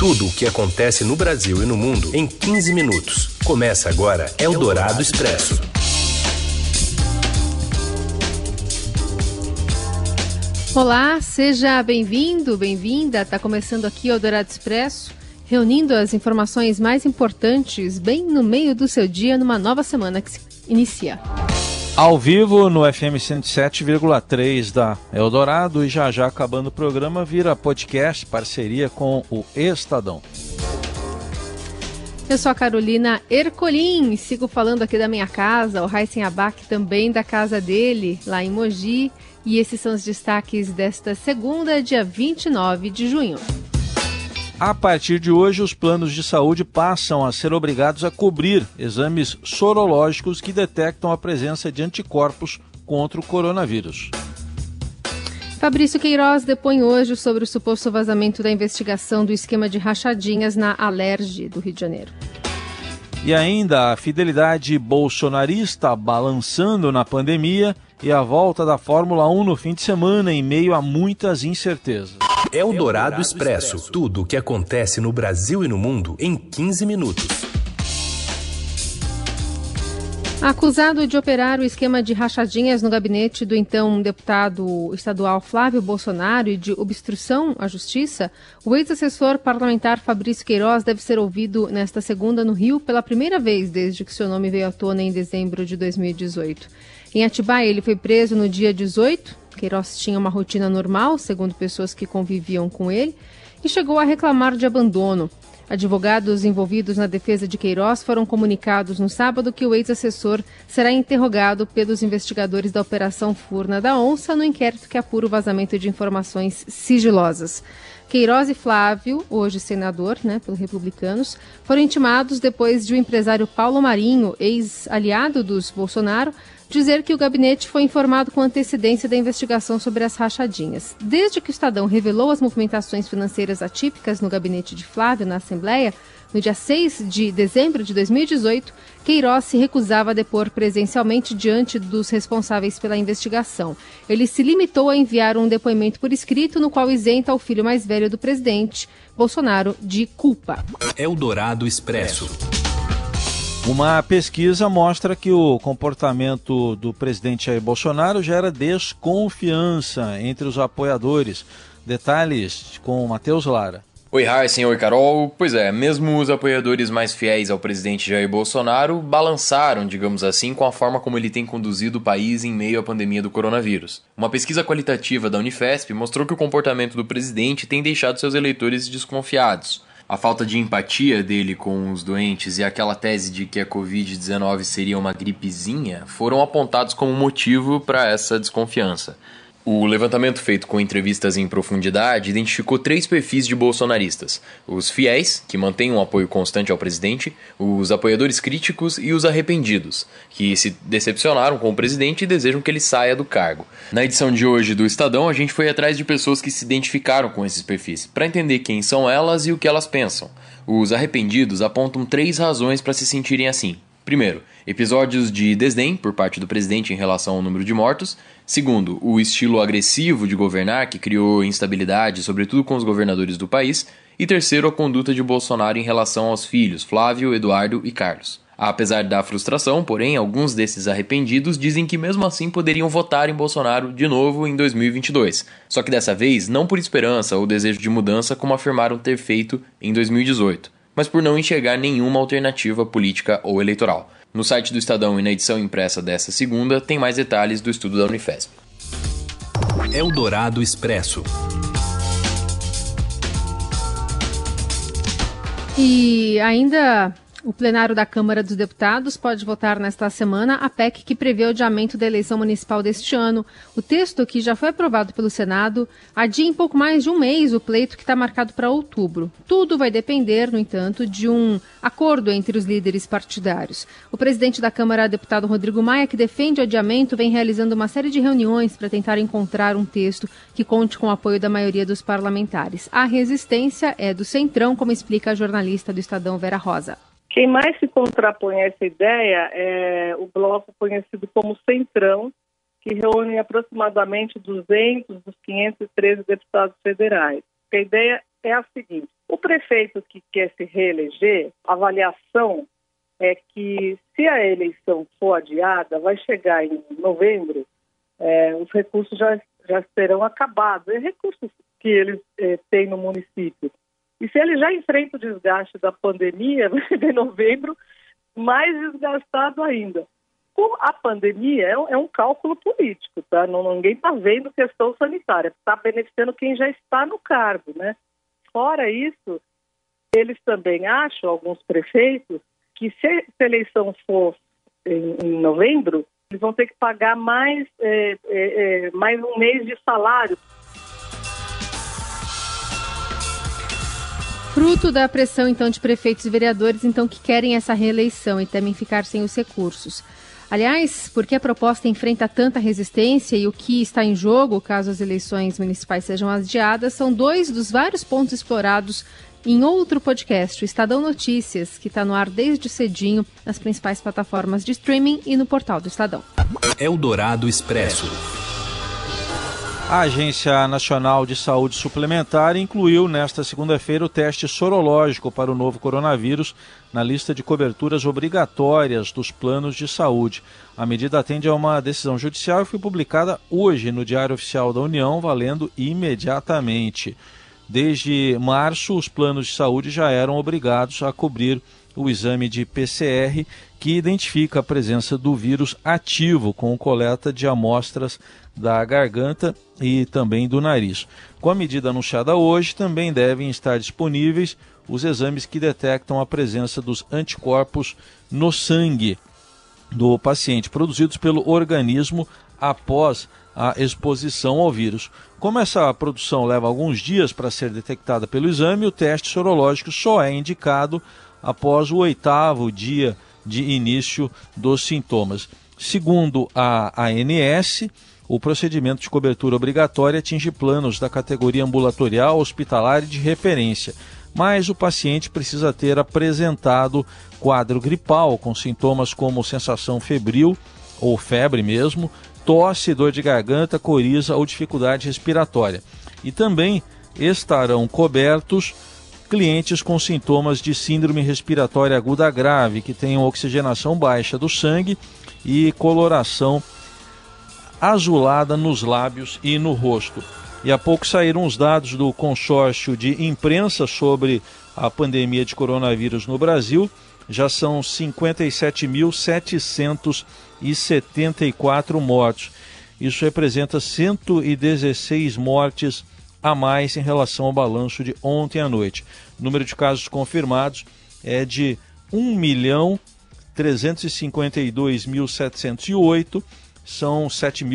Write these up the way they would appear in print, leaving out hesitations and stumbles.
Tudo o que acontece no Brasil e no mundo em 15 minutos. Começa agora Eldorado Expresso. Olá, seja bem-vindo, bem-vinda. Está começando aqui o Eldorado Expresso, reunindo as informações mais importantes bem no meio do seu dia, numa nova semana que se inicia. Ao vivo no FM 107,3 da Eldorado e já acabando o programa, vira podcast, parceria com o Estadão. Eu sou a Carolina Ercolim, sigo falando aqui da minha casa, o Raíssen Abac também da casa dele, lá em Mogi. E esses são os destaques desta segunda, dia 29 de junho. A partir de hoje, os planos de saúde passam a ser obrigados a cobrir exames sorológicos que detectam a presença de anticorpos contra o coronavírus. Fabrício Queiroz depõe hoje sobre o suposto vazamento da investigação do esquema de rachadinhas na Alerj do Rio de Janeiro. E ainda a fidelidade bolsonarista balançando na pandemia e a volta da Fórmula 1 no fim de semana em meio a muitas incertezas. Eldorado Expresso. Tudo o que acontece no Brasil e no mundo em 15 minutos. Acusado de operar o esquema de rachadinhas no gabinete do então deputado estadual Flávio Bolsonaro e de obstrução à justiça, o ex-assessor parlamentar Fabrício Queiroz deve ser ouvido nesta segunda no Rio pela primeira vez desde que seu nome veio à tona em dezembro de 2018. Em Atibaia, ele foi preso no dia 18. Queiroz tinha uma rotina normal, segundo pessoas que conviviam com ele, e chegou a reclamar de abandono. Advogados envolvidos na defesa de Queiroz foram comunicados no sábado que o ex-assessor será interrogado pelos investigadores da Operação Furna da Onça no inquérito que apura o vazamento de informações sigilosas. Queiroz e Flávio, hoje senador, pelos republicanos, foram intimados depois de o empresário Paulo Marinho, ex-aliado dos Bolsonaro, dizer que o gabinete foi informado com antecedência da investigação sobre as rachadinhas. Desde que o Estadão revelou as movimentações financeiras atípicas no gabinete de Flávio na Assembleia, no dia 6 de dezembro de 2018, Queiroz se recusava a depor presencialmente diante dos responsáveis pela investigação. Ele se limitou a enviar um depoimento por escrito no qual isenta o filho mais velho do presidente, Bolsonaro, de culpa. Eldorado Expresso. Uma pesquisa mostra que o comportamento do presidente Jair Bolsonaro gera desconfiança entre os apoiadores. Detalhes com Matheus Lara. Oi, Raíssen, oi, Carol. Pois é, mesmo os apoiadores mais fiéis ao presidente Jair Bolsonaro balançaram, digamos assim, com a forma como ele tem conduzido o país em meio à pandemia do coronavírus. Uma pesquisa qualitativa da Unifesp mostrou que o comportamento do presidente tem deixado seus eleitores desconfiados. A falta de empatia dele com os doentes e aquela tese de que a Covid-19 seria uma gripezinha foram apontados como motivo para essa desconfiança. O levantamento feito com entrevistas em profundidade identificou 3 perfis de bolsonaristas: os fiéis, que mantêm um apoio constante ao presidente, os apoiadores críticos e os arrependidos, que se decepcionaram com o presidente e desejam que ele saia do cargo. Na edição de hoje do Estadão, a gente foi atrás de pessoas que se identificaram com esses perfis, para entender quem são elas e o que elas pensam. Os arrependidos apontam 3 razões para se sentirem assim. Primeiro, episódios de desdém por parte do presidente em relação ao número de mortos. Segundo, o estilo agressivo de governar que criou instabilidade, sobretudo com os governadores do país. E terceiro, a conduta de Bolsonaro em relação aos filhos, Flávio, Eduardo e Carlos. Apesar da frustração, porém, alguns desses arrependidos dizem que mesmo assim poderiam votar em Bolsonaro de novo em 2022. Só que dessa vez, não por esperança ou desejo de mudança como afirmaram ter feito em 2018. Mas por não enxergar nenhuma alternativa política ou eleitoral. No site do Estadão e na edição impressa dessa segunda, tem mais detalhes do estudo da Unifesp. Eldorado Expresso. E ainda o plenário da Câmara dos Deputados pode votar nesta semana a PEC que prevê o adiamento da eleição municipal deste ano. O texto, que já foi aprovado pelo Senado, adia em pouco mais de um mês o pleito que está marcado para outubro. Tudo vai depender, no entanto, de um acordo entre os líderes partidários. O presidente da Câmara, deputado Rodrigo Maia, que defende o adiamento, vem realizando uma série de reuniões para tentar encontrar um texto que conte com o apoio da maioria dos parlamentares. A resistência é do Centrão, como explica a jornalista do Estadão, Vera Rosa. Quem mais se contrapõe a essa ideia é o bloco conhecido como Centrão, que reúne aproximadamente 200 dos 513 deputados federais. A ideia é a seguinte: o prefeito que quer se reeleger, a avaliação é que, se a eleição for adiada, vai chegar em novembro, os recursos já serão acabados. É recursos que eles têm no município. E se ele já enfrenta o desgaste da pandemia, vai chegar em novembro mais desgastado ainda. A pandemia é um cálculo político, tá? Ninguém está vendo questão sanitária, está beneficiando quem já está no cargo, né? Fora isso, eles também acham, alguns prefeitos, que se a eleição for em novembro, eles vão ter que pagar mais um mês de salário. Fruto da pressão, então, de prefeitos e vereadores, então, que querem essa reeleição e temem ficar sem os recursos. Aliás, por que a proposta enfrenta tanta resistência e o que está em jogo, caso as eleições municipais sejam adiadas, são dois dos vários pontos explorados em outro podcast, o Estadão Notícias, que está no ar desde cedinho nas principais plataformas de streaming e no portal do Estadão. Eldorado Expresso. A Agência Nacional de Saúde Suplementar incluiu nesta segunda-feira o teste sorológico para o novo coronavírus na lista de coberturas obrigatórias dos planos de saúde. A medida atende a uma decisão judicial e foi publicada hoje no Diário Oficial da União, valendo imediatamente. Desde março, os planos de saúde já eram obrigados a cobrir o exame de PCR, que identifica a presença do vírus ativo com coleta de amostras da garganta e também do nariz. Com a medida anunciada hoje, também devem estar disponíveis os exames que detectam a presença dos anticorpos no sangue do paciente, produzidos pelo organismo após a exposição ao vírus. Como essa produção leva alguns dias para ser detectada pelo exame, o teste sorológico só é indicado após o 8º dia de início dos sintomas. Segundo a ANS, o procedimento de cobertura obrigatória atinge planos da categoria ambulatorial, hospitalar e de referência, mas o paciente precisa ter apresentado quadro gripal com sintomas como sensação febril ou febre mesmo, tosse, dor de garganta, coriza ou dificuldade respiratória. E também estarão cobertos clientes com sintomas de síndrome respiratória aguda grave, que tenham oxigenação baixa do sangue e coloração azulada nos lábios e no rosto. E há pouco saíram os dados do consórcio de imprensa sobre a pandemia de coronavírus no Brasil. Já são 57.774 mortos. Isso representa 116 mortes a mais em relação ao balanço de ontem à noite. O número de casos confirmados é de 1.352.708, são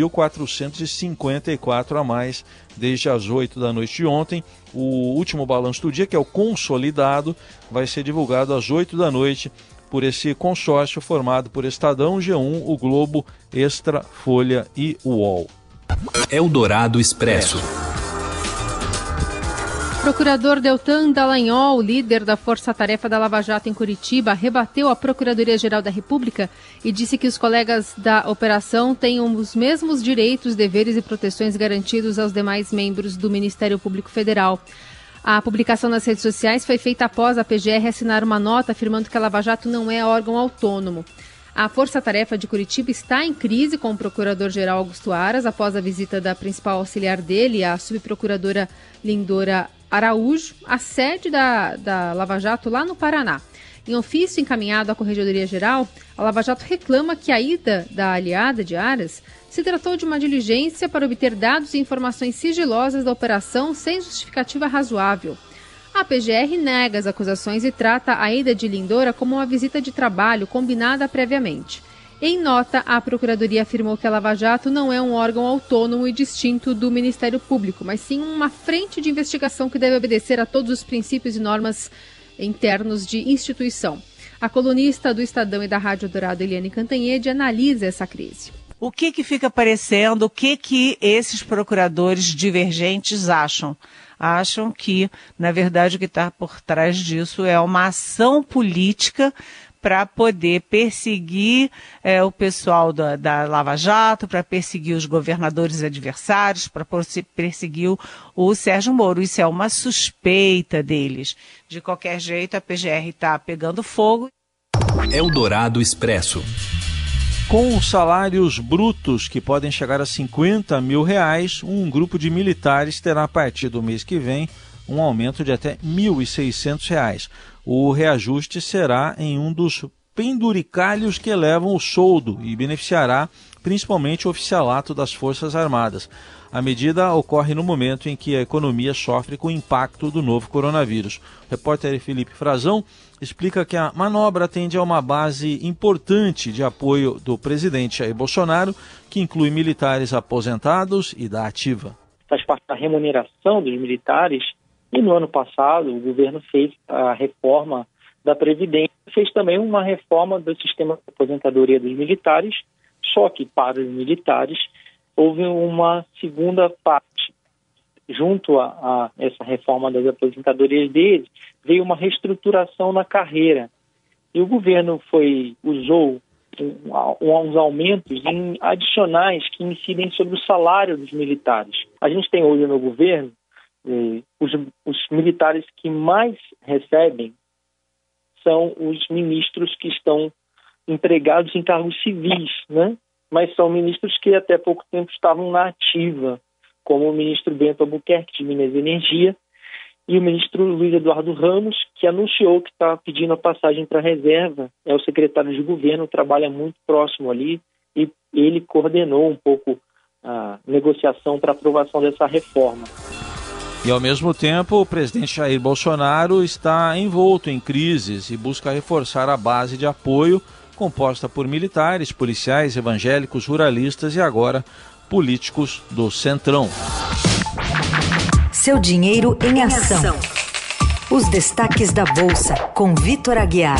7.454 a mais desde as 8 da noite de ontem. O último balanço do dia, que é o consolidado, vai ser divulgado às 8 da noite por esse consórcio formado por Estadão, G1, o Globo, Extra, Folha e UOL. Eldorado Expresso. Procurador Deltan Dallagnol, líder da Força-Tarefa da Lava Jato em Curitiba, rebateu a Procuradoria-Geral da República e disse que os colegas da operação têm os mesmos direitos, deveres e proteções garantidos aos demais membros do Ministério Público Federal. A publicação nas redes sociais foi feita após a PGR assinar uma nota afirmando que a Lava Jato não é órgão autônomo. A Força-Tarefa de Curitiba está em crise com o Procurador-Geral Augusto Aras após a visita da principal auxiliar dele, a subprocuradora Lindora Araújo, à sede da Lava Jato lá no Paraná. Em ofício encaminhado à Corregedoria-Geral, a Lava Jato reclama que a ida da aliada de Aras se tratou de uma diligência para obter dados e informações sigilosas da operação sem justificativa razoável. A PGR nega as acusações e trata a ida de Lindora como uma visita de trabalho combinada previamente. Em nota, a Procuradoria afirmou que a Lava Jato não é um órgão autônomo e distinto do Ministério Público, mas sim uma frente de investigação que deve obedecer a todos os princípios e normas internos de instituição. A colunista do Estadão e da Rádio Dourado, Eliane Cantanhede, analisa essa crise. O que fica parecendo, o que esses procuradores divergentes acham? Acham que, na verdade, o que está por trás disso é uma ação política para poder perseguir o pessoal da Lava Jato, para perseguir os governadores adversários, para perseguir o Sérgio Moro. Isso é uma suspeita deles. De qualquer jeito, a PGR está pegando fogo. Eldorado Expresso. Com salários brutos que podem chegar a R$50 mil, um grupo de militares terá a partir do mês que vem um aumento de até R$1.600. O reajuste será em um dos penduricalhos que elevam o soldo e beneficiará principalmente o oficialato das Forças Armadas. A medida ocorre no momento em que a economia sofre com o impacto do novo coronavírus. O repórter Felipe Frazão explica que a manobra atende a uma base importante de apoio do presidente Jair Bolsonaro, que inclui militares aposentados e da ativa. Faz parte da remuneração dos militares e no ano passado o governo fez a reforma da Previdência, fez também uma reforma do sistema de aposentadoria dos militares, só que para os militares houve uma segunda parte. Junto a essa reforma das aposentadorias deles, veio uma reestruturação na carreira. E o governo usou uns aumentos adicionais que incidem sobre o salário dos militares. A gente tem hoje no governo, os militares que mais recebem são os ministros que estão empregados em cargos civis, né? Mas são ministros que até pouco tempo estavam na ativa, como o ministro Bento Albuquerque, de Minas e Energia, e o ministro Luiz Eduardo Ramos, que anunciou que está pedindo a passagem para a reserva. É o secretário de governo, trabalha muito próximo ali, e ele coordenou um pouco a negociação para aprovação dessa reforma. E, ao mesmo tempo, o presidente Jair Bolsonaro está envolto em crises e busca reforçar a base de apoio composta por militares, policiais, evangélicos, ruralistas e agora políticos do Centrão. Seu dinheiro em ação. Os destaques da Bolsa, com Vitor Aguiar.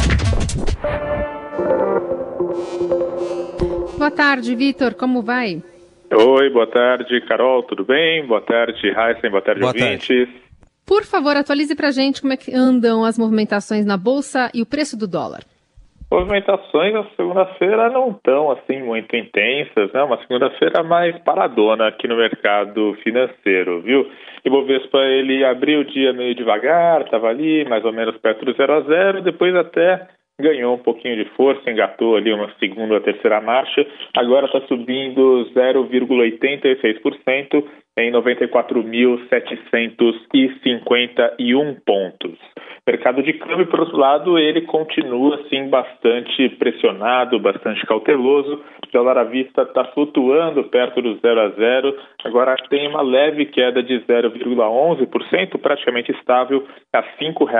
Boa tarde, Vitor. Como vai? Oi, boa tarde, Carol. Tudo bem? Boa tarde, Heisen. Boa tarde, ouvintes. Por favor, atualize pra gente como é que andam as movimentações na Bolsa e o preço do dólar. Movimentações na segunda-feira não estão assim muito intensas, né? Uma segunda-feira mais paradona aqui no mercado financeiro, viu? Ibovespa, ele abriu o dia meio devagar, estava ali mais ou menos perto do 0 a 0, depois até ganhou um pouquinho de força, engatou ali uma segunda ou terceira marcha, agora está subindo 0,86% em 94.751 pontos. Mercado de câmbio, por outro lado, ele continua assim bastante pressionado, bastante cauteloso. O dólar à vista está flutuando perto do 0 a 0, agora tem uma leve queda de 0,11%, praticamente estável a R$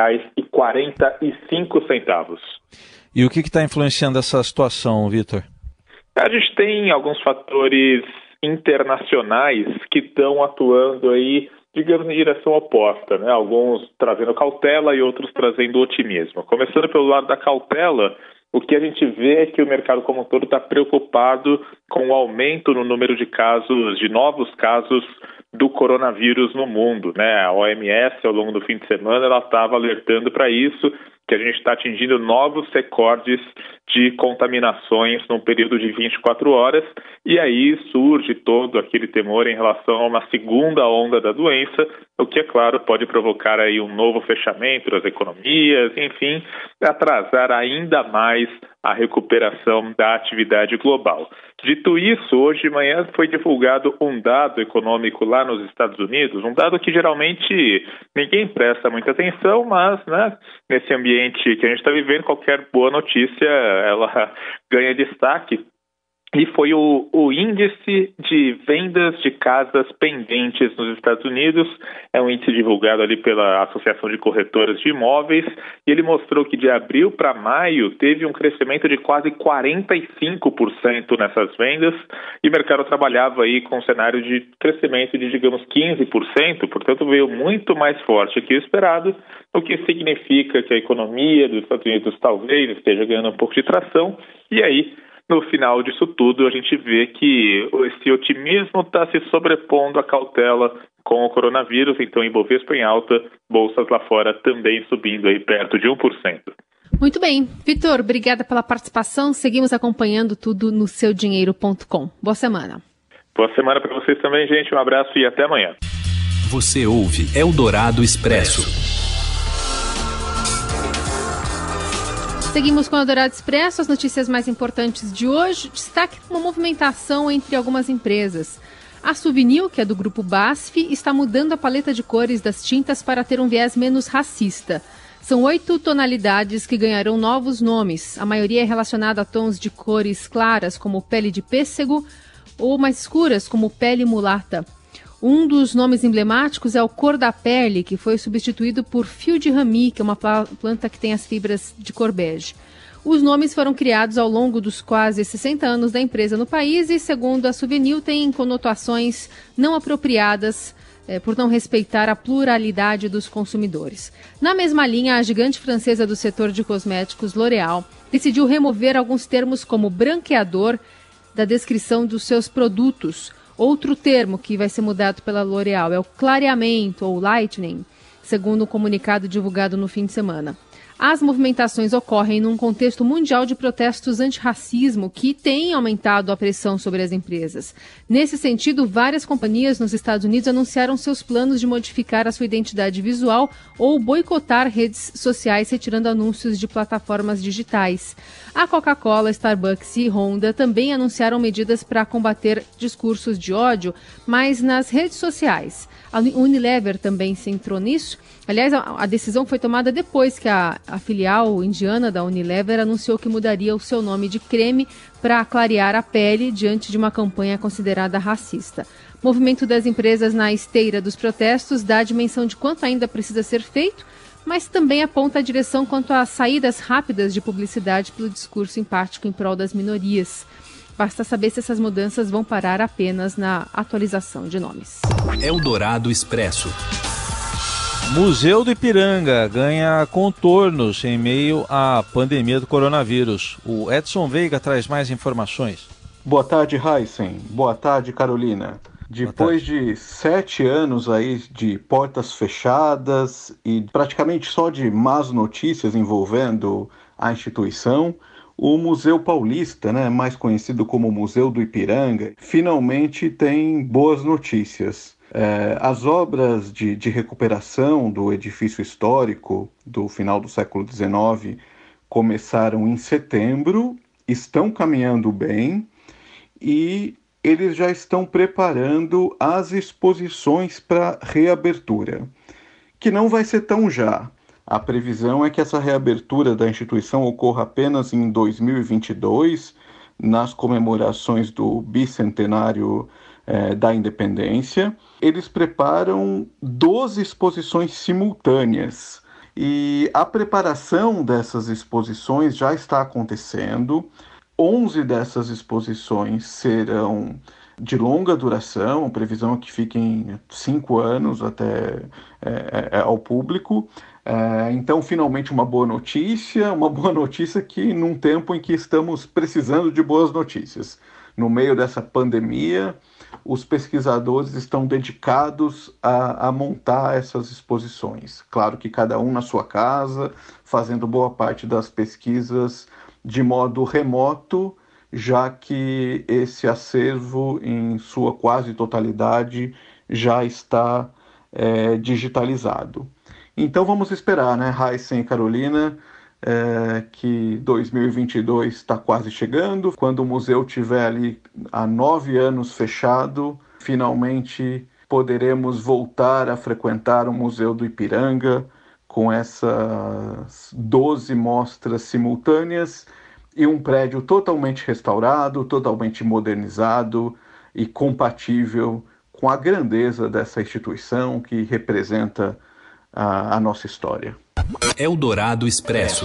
5,45. E o que está influenciando essa situação, Vitor? A gente tem alguns fatores internacionais que estão atuando aí, digamos, em direção oposta, né? Alguns trazendo cautela e outros trazendo otimismo. Começando pelo lado da cautela, o que a gente vê é que o mercado como um todo está preocupado com o aumento no número de casos, de novos casos do coronavírus no mundo, né? A OMS, ao longo do fim de semana, ela estava alertando para isso, que a gente está atingindo novos recordes de contaminações num período de 24 horas, e aí surge todo aquele temor em relação a uma segunda onda da doença, o que, é claro, pode provocar aí um novo fechamento das economias, enfim, atrasar ainda mais a recuperação da atividade global. Dito isso, hoje de manhã foi divulgado um dado econômico lá nos Estados Unidos, um dado que geralmente ninguém presta muita atenção, mas, né, nesse ambiente que a gente está vivendo, qualquer boa notícia ela ganha destaque. E foi o índice de vendas de casas pendentes nos Estados Unidos. É um índice divulgado ali pela Associação de Corretoras de Imóveis, e ele mostrou que de abril para maio teve um crescimento de quase 45% nessas vendas, e o mercado trabalhava aí com um cenário de crescimento de, digamos, 15%, portanto veio muito mais forte que o esperado, o que significa que a economia dos Estados Unidos talvez esteja ganhando um pouco de tração, e aí, no final disso tudo, a gente vê que esse otimismo está se sobrepondo à cautela com o coronavírus, então Ibovespa em alta, bolsas lá fora também subindo aí perto de 1%. Muito bem. Vitor, obrigada pela participação. Seguimos acompanhando tudo no seudinheiro.com. Boa semana. Boa semana para vocês também, gente. Um abraço e até amanhã. Você ouve Eldorado Expresso. Seguimos com o Eldorado Expresso, as notícias mais importantes de hoje. Destaque uma movimentação entre algumas empresas. A Suvinil, que é do grupo BASF, está mudando a paleta de cores das tintas para ter um viés menos racista. São 8 tonalidades que ganharão novos nomes. A maioria é relacionada a tons de cores claras, como pele de pêssego, ou mais escuras, como pele mulata. Um dos nomes emblemáticos é o Cor da Pele, que foi substituído por Fio de Rami, que é uma planta que tem as fibras de cor bege. Os nomes foram criados ao longo dos quase 60 anos da empresa no país e, segundo a Suvinil, têm conotações não apropriadas por não respeitar a pluralidade dos consumidores. Na mesma linha, a gigante francesa do setor de cosméticos, L'Oréal, decidiu remover alguns termos como branqueador da descrição dos seus produtos. Outro termo que vai ser mudado pela L'Oréal é o clareamento ou lightening, segundo um comunicado divulgado no fim de semana. As movimentações ocorrem num contexto mundial de protestos antirracismo que tem aumentado a pressão sobre as empresas. Nesse sentido, várias companhias nos Estados Unidos anunciaram seus planos de modificar a sua identidade visual ou boicotar redes sociais, retirando anúncios de plataformas digitais. A Coca-Cola, Starbucks e Honda também anunciaram medidas para combater discursos de ódio, mas nas redes sociais. A Unilever também se entrou nisso. Aliás, a decisão foi tomada depois que a filial indiana da Unilever anunciou que mudaria o seu nome de creme para clarear a pele diante de uma campanha considerada racista. O movimento das empresas na esteira dos protestos dá a dimensão de quanto ainda precisa ser feito, mas também aponta a direção quanto às saídas rápidas de publicidade pelo discurso empático em prol das minorias. Basta saber se essas mudanças vão parar apenas na atualização de nomes. Eldorado Expresso. Museu do Ipiranga ganha contornos em meio à pandemia do coronavírus. O Edson Veiga traz mais informações. Boa tarde, Heisen. Boa tarde, Carolina. Depois de 7 anos aí de portas fechadas e praticamente só de más notícias envolvendo a instituição, o Museu Paulista, mais conhecido como Museu do Ipiranga, finalmente tem boas notícias. As obras de recuperação do edifício histórico do final do século XIX começaram em setembro, estão caminhando bem e eles já estão preparando as exposições para reabertura, que não vai ser tão já. A previsão é que essa reabertura da instituição ocorra apenas em 2022, nas comemorações do bicentenário da independência. Eles preparam 12 exposições simultâneas e a preparação dessas exposições já está acontecendo. 11 dessas exposições serão de longa duração, a previsão é que fiquem 5 anos até ao público. Então, finalmente, uma boa notícia que num tempo em que estamos precisando de boas notícias. No meio dessa pandemia, os pesquisadores estão dedicados a montar essas exposições. Claro que cada um na sua casa, fazendo boa parte das pesquisas de modo remoto, já que esse acervo, em sua quase totalidade, já está digitalizado. Então vamos esperar, Heisen e Carolina, que 2022 está quase chegando. Quando o museu estiver ali há 9 anos fechado, finalmente poderemos voltar a frequentar o Museu do Ipiranga com essas 12 mostras simultâneas e um prédio totalmente restaurado, totalmente modernizado e compatível com a grandeza dessa instituição que representa a nossa história. Eldorado Expresso.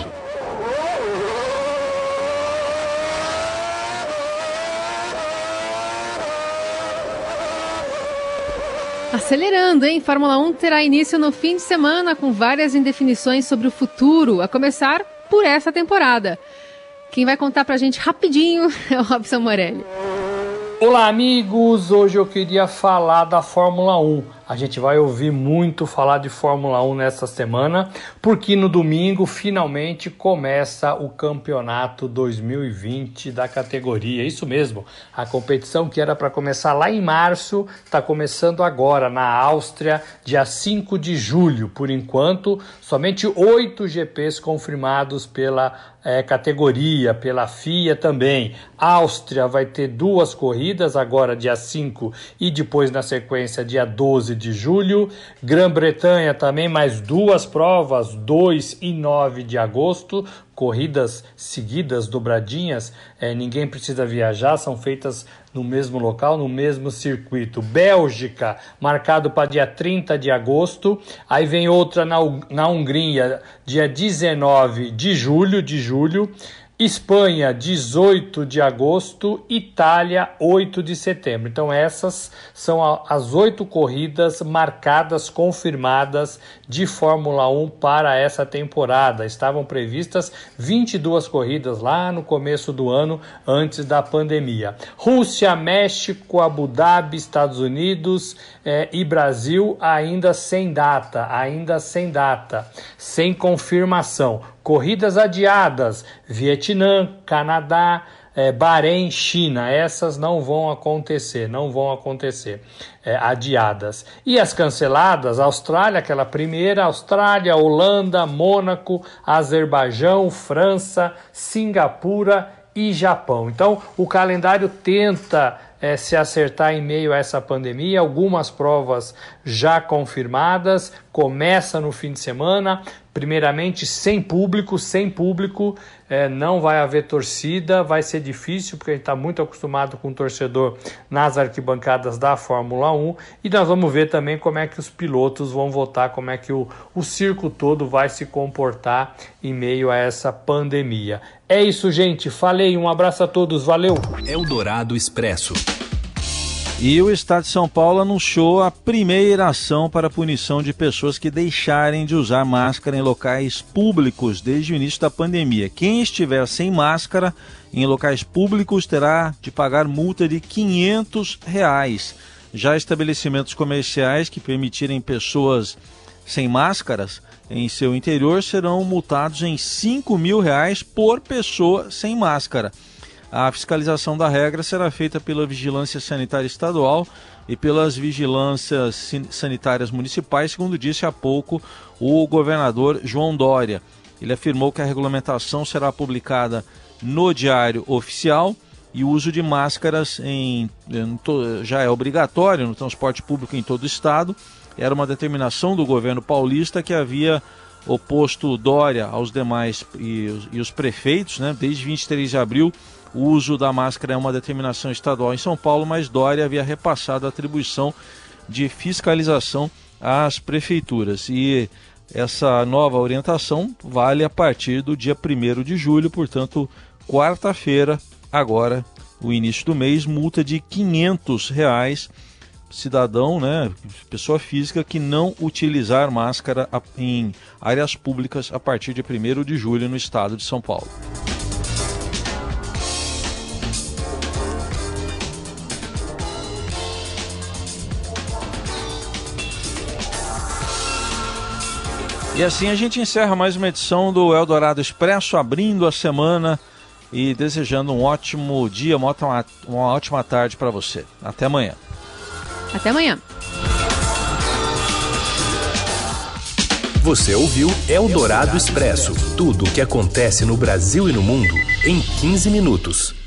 Acelerando, hein? Fórmula 1 terá início no fim de semana com várias indefinições sobre o futuro, a começar por essa temporada. Quem vai contar pra gente rapidinho é o Robson Morelli. Olá, amigos! Hoje eu queria falar da Fórmula 1. A gente vai ouvir muito falar de Fórmula 1 nessa semana, porque no domingo finalmente começa o campeonato 2020 da categoria. Isso mesmo, a competição que era para começar lá em março está começando agora na Áustria, dia 5 de julho. Por enquanto, somente 8 GPs confirmados pela categoria, pela FIA também. A Áustria vai ter 2 corridas, agora dia 5 e depois na sequência dia 12 de julho. Grã-Bretanha também mais 2 provas, 2 e 9 de agosto. Corridas seguidas, dobradinhas, ninguém precisa viajar, são feitas no mesmo local, no mesmo circuito. Bélgica, marcado para dia 30 de agosto, aí vem outra na Hungria, dia 19 de julho, Espanha, 18 de agosto, Itália, 8 de setembro. Então essas são as 8 corridas marcadas, confirmadas de Fórmula 1 para essa temporada. Estavam previstas 22 corridas lá no começo do ano, antes da pandemia. Rússia, México, Abu Dhabi, Estados Unidos e Brasil ainda sem data, sem confirmação. Corridas adiadas, Vietnã, Canadá, Bahrein, China, essas não vão acontecer, adiadas. E as canceladas, Austrália, aquela primeira, Austrália, Holanda, Mônaco, Azerbaijão, França, Singapura e Japão. Então, o calendário tenta se acertar em meio a essa pandemia, algumas provas já confirmadas, começa no fim de semana, primeiramente sem público, não vai haver torcida, vai ser difícil, porque a gente está muito acostumado com o torcedor nas arquibancadas da Fórmula 1, e nós vamos ver também como é que os pilotos vão votar, como é que o circo todo vai se comportar em meio a essa pandemia. É isso, gente, falei, um abraço a todos, valeu! Eldorado Expresso. E o Estado de São Paulo anunciou a primeira ação para a punição de pessoas que deixarem de usar máscara em locais públicos desde o início da pandemia. Quem estiver sem máscara em locais públicos terá de pagar multa de R$500. Já estabelecimentos comerciais que permitirem pessoas sem máscaras em seu interior serão multados em R$5.000 por pessoa sem máscara. A fiscalização da regra será feita pela Vigilância Sanitária Estadual e pelas Vigilâncias Sanitárias Municipais, segundo disse há pouco o governador João Dória. Ele afirmou que a regulamentação será publicada no Diário Oficial e o uso de máscaras já é obrigatório no transporte público em todo o estado. Era uma determinação do governo paulista que havia oposto Dória aos demais e os prefeitos, né? Desde 23 de abril, o uso da máscara é uma determinação estadual em São Paulo, mas Dória havia repassado a atribuição de fiscalização às prefeituras. E essa nova orientação vale a partir do dia 1º de julho, portanto, quarta-feira, agora, o início do mês, multa de R$500, cidadão, né, pessoa física que não utilizar máscara em áreas públicas a partir de 1º de julho no estado de São Paulo. E assim a gente encerra mais uma edição do Eldorado Expresso, abrindo a semana e desejando um ótimo dia, uma ótima tarde para você. Até amanhã. Até amanhã. Você ouviu Eldorado Expresso. Tudo o que acontece no Brasil e no mundo em 15 minutos.